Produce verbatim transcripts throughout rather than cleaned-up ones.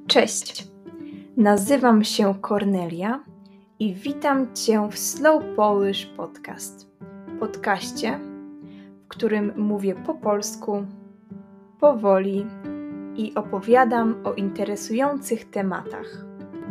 Cześć, nazywam się Kornelia i witam Cię w Slow Polish Podcast. Podcaście, w którym mówię po polsku, powoli i opowiadam o interesujących tematach.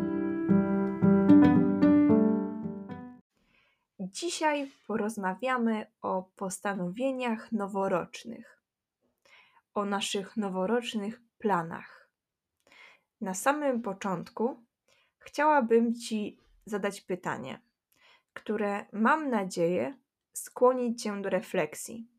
Dzisiaj porozmawiamy o postanowieniach noworocznych, o naszych noworocznych planach. Na samym początku chciałabym Ci zadać pytanie, które mam nadzieję skłoni Cię do refleksji.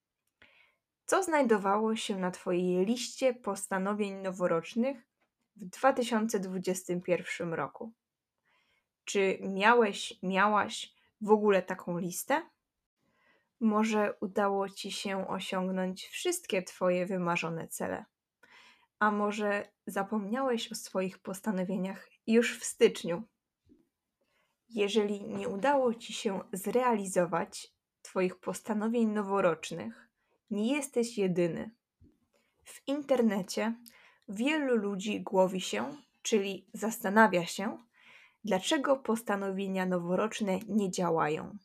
Co znajdowało się na Twojej liście postanowień noworocznych w dwa tysiące dwudziestym pierwszym roku? Czy miałeś, miałaś w ogóle taką listę? Może udało Ci się osiągnąć wszystkie Twoje wymarzone cele? A może zapomniałeś o swoich postanowieniach już w styczniu? Jeżeli nie udało Ci się zrealizować Twoich postanowień noworocznych, nie jesteś jedyny. W internecie wielu ludzi głowi się, czyli zastanawia się, dlaczego postanowienia noworoczne nie działają.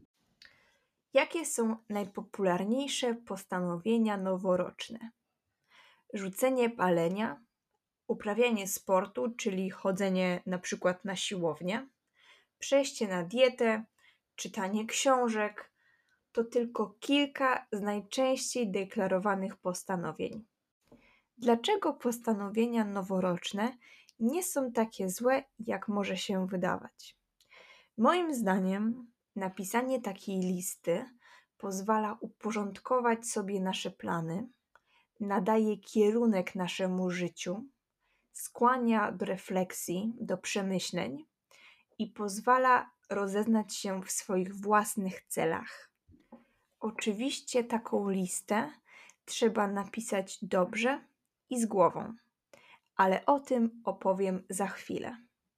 Jakie są najpopularniejsze postanowienia noworoczne? Rzucenie palenia, uprawianie sportu, czyli chodzenie na przykład na siłownię, przejście na dietę, czytanie książek to tylko kilka z najczęściej deklarowanych postanowień. Dlaczego postanowienia noworoczne nie są takie złe, jak może się wydawać? Moim zdaniem napisanie takiej listy pozwala uporządkować sobie nasze plany, nadaje kierunek naszemu życiu, skłania do refleksji, do przemyśleń i pozwala rozeznać się w swoich własnych celach. Oczywiście taką listę trzeba napisać dobrze i z głową, ale o tym opowiem za chwilę.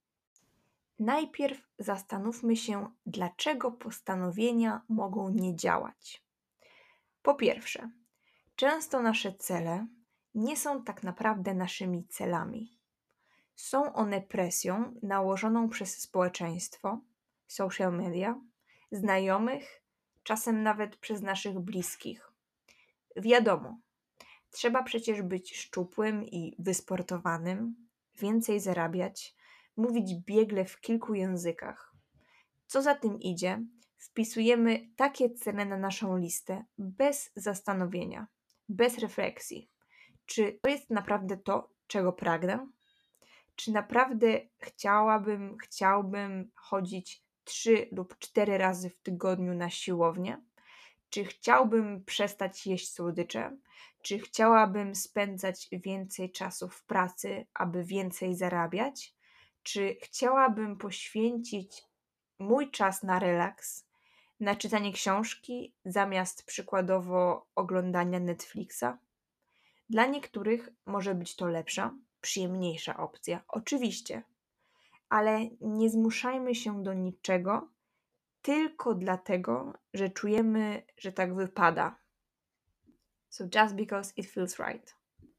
Najpierw zastanówmy się, dlaczego postanowienia mogą nie działać. Po pierwsze, często nasze cele nie są tak naprawdę naszymi celami. Są one presją nałożoną przez społeczeństwo, social media, znajomych, czasem nawet przez naszych bliskich. Wiadomo, trzeba przecież być szczupłym i wysportowanym, więcej zarabiać, mówić biegle w kilku językach. Co za tym idzie, wpisujemy takie cele na naszą listę bez zastanowienia, bez refleksji. Czy to jest naprawdę to, czego pragnę? Czy naprawdę chciałabym, chciałbym chodzić trzy lub cztery razy w tygodniu na siłownię? Czy chciałbym przestać jeść słodycze? Czy chciałabym spędzać więcej czasu w pracy, aby więcej zarabiać? Czy chciałabym poświęcić mój czas na relaks, na czytanie książki zamiast przykładowo oglądania Netflixa? Dla niektórych może być to lepsza, przyjemniejsza opcja, oczywiście, ale nie zmuszajmy się do niczego tylko dlatego, że czujemy, że tak wypada. So just because it feels right.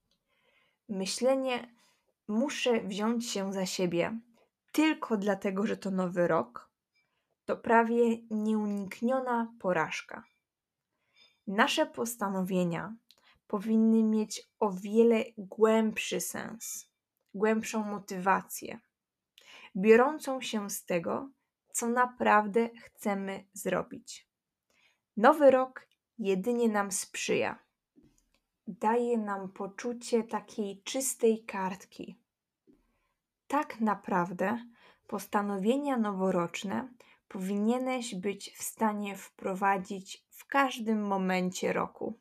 Myślenie muszę wziąć się za siebie tylko dlatego, że to nowy rok, to prawie nieunikniona porażka. Nasze postanowienia powinny mieć o wiele głębszy sens, głębszą motywację, biorącą się z tego, co naprawdę chcemy zrobić. Nowy rok jedynie nam sprzyja. Daje nam poczucie takiej czystej kartki. Tak naprawdę postanowienia noworoczne powinieneś być w stanie wprowadzić w każdym momencie roku.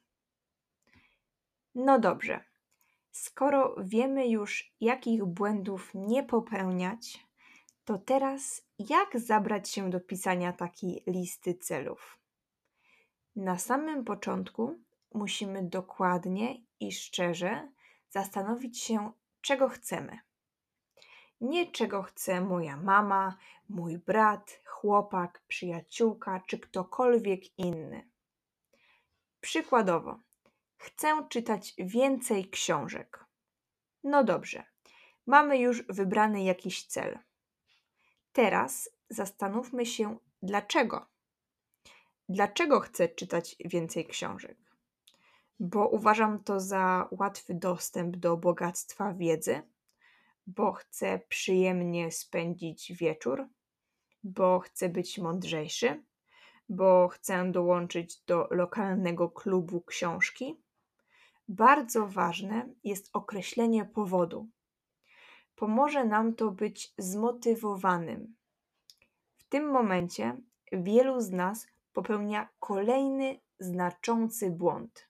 No dobrze, skoro wiemy już, jakich błędów nie popełniać, to teraz jak zabrać się do pisania takiej listy celów? Na samym początku musimy dokładnie i szczerze zastanowić się, czego chcemy. Nie czego chce moja mama, mój brat, chłopak, przyjaciółka czy ktokolwiek inny. Przykładowo, chcę czytać więcej książek. No dobrze, Mamy już wybrany jakiś cel. Teraz zastanówmy się, dlaczego. Dlaczego chcę czytać więcej książek? Bo uważam to za łatwy dostęp do bogactwa wiedzy, bo chcę przyjemnie spędzić wieczór, bo chcę być mądrzejszy, bo chcę dołączyć do lokalnego klubu książki. Bardzo ważne jest określenie powodu. Pomoże nam to być zmotywowanym. W tym momencie wielu z nas popełnia kolejny znaczący błąd.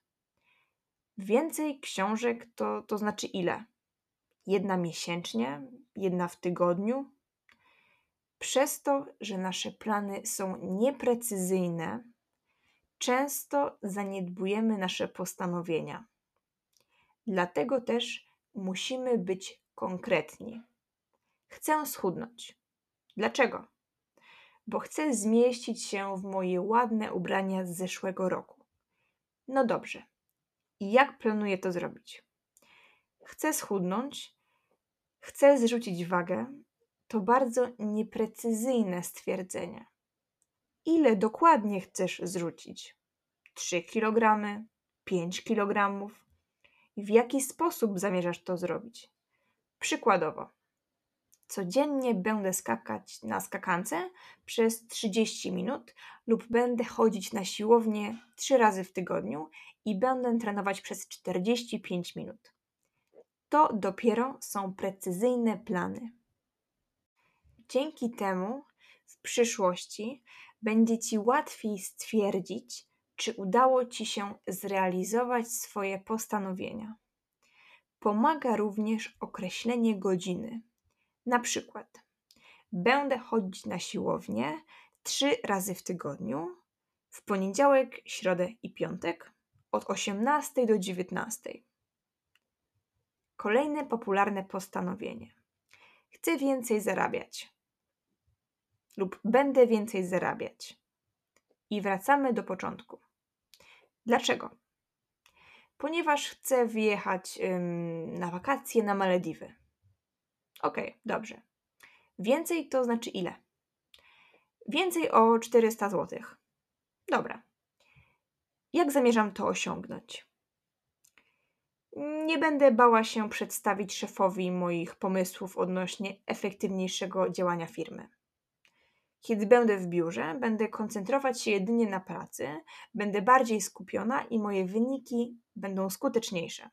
Więcej książek to, to znaczy ile? Jedna miesięcznie? Jedna w tygodniu? Przez to, że nasze plany są nieprecyzyjne, często zaniedbujemy nasze postanowienia. Dlatego też musimy być konkretni. Chcę schudnąć. Dlaczego? Bo chcę zmieścić się w moje ładne ubrania z zeszłego roku. No dobrze. I jak planuję to zrobić? Chcę schudnąć, chcę zrzucić wagę. To bardzo nieprecyzyjne stwierdzenie. Ile dokładnie chcesz zrzucić? trzy kilogramy? pięć kilogramów? I w jaki sposób zamierzasz to zrobić? Przykładowo, codziennie będę skakać na skakance przez trzydzieści minut lub będę chodzić na siłownię trzy razy w tygodniu i będę trenować przez czterdzieści pięć minut. To dopiero są precyzyjne plany. Dzięki temu w przyszłości będzie Ci łatwiej stwierdzić, czy udało Ci się zrealizować swoje postanowienia. Pomaga również określenie godziny. Na przykład będę chodzić na siłownię trzy razy w tygodniu, w poniedziałek, środę i piątek od osiemnastej do dziewiętnastej. Kolejne popularne postanowienie. Chcę więcej zarabiać lub będę więcej zarabiać. I wracamy do początku. Dlaczego? Ponieważ chcę wyjechać ym, na wakacje na Malediwy. Okej, okay, dobrze. Więcej to znaczy ile? Więcej o czterysta złotych. Dobra. Jak zamierzam to osiągnąć? Nie będę bała się przedstawić szefowi moich pomysłów odnośnie efektywniejszego działania firmy. Kiedy będę w biurze, będę koncentrować się jedynie na pracy, będę bardziej skupiona i moje wyniki będą skuteczniejsze.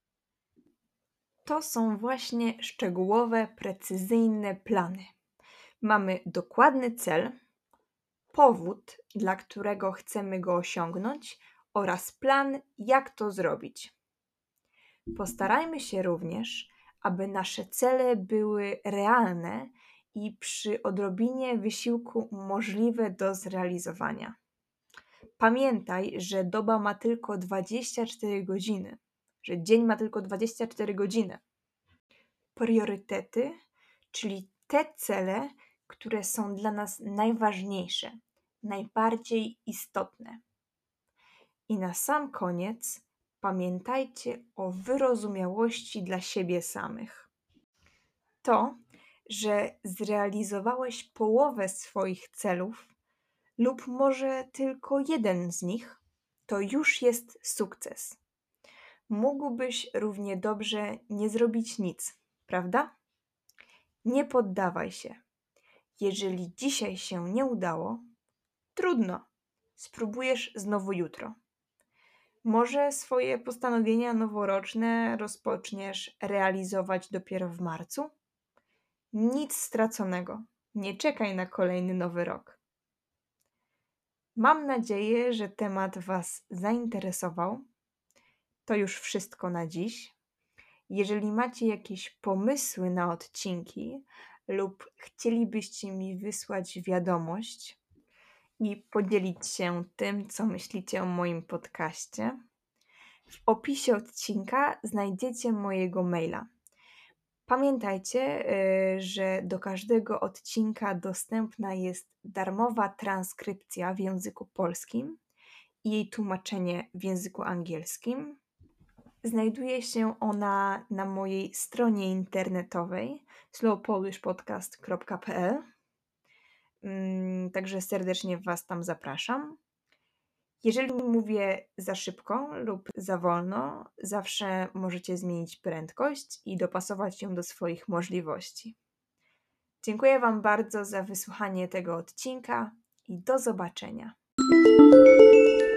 To są właśnie szczegółowe, precyzyjne plany. Mamy dokładny cel, powód, dla którego chcemy go osiągnąć oraz plan, jak to zrobić. Postarajmy się również, aby nasze cele były realne i przy odrobinie wysiłku możliwe do zrealizowania. Pamiętaj, że doba ma tylko dwadzieścia cztery godziny, że dzień ma tylko dwadzieścia cztery godziny. Priorytety, czyli te cele, które są dla nas najważniejsze, najbardziej istotne. I na sam koniec pamiętajcie o wyrozumiałości dla siebie samych. To, że zrealizowałeś połowę swoich celów lub może tylko jeden z nich, to już jest sukces. Mógłbyś równie dobrze nie zrobić nic, prawda? Nie poddawaj się. Jeżeli dzisiaj się nie udało, trudno. Spróbujesz znowu jutro. Może swoje postanowienia noworoczne rozpoczniesz realizować dopiero w marcu? Nic straconego. Nie czekaj na kolejny nowy rok. Mam nadzieję, że temat Was zainteresował. To już wszystko na dziś. Jeżeli macie jakieś pomysły na odcinki lub chcielibyście mi wysłać wiadomość i podzielić się tym, co myślicie o moim podcaście, w opisie odcinka znajdziecie mojego maila. Pamiętajcie, że do każdego odcinka dostępna jest darmowa transkrypcja w języku polskim i jej tłumaczenie w języku angielskim. Znajduje się ona na mojej stronie internetowej slow polish podcast kropka p l. Mm, Także serdecznie Was tam zapraszam. Jeżeli mówię za szybko lub za wolno, zawsze możecie zmienić prędkość i dopasować ją do swoich możliwości. Dziękuję Wam bardzo za wysłuchanie tego odcinka i do zobaczenia.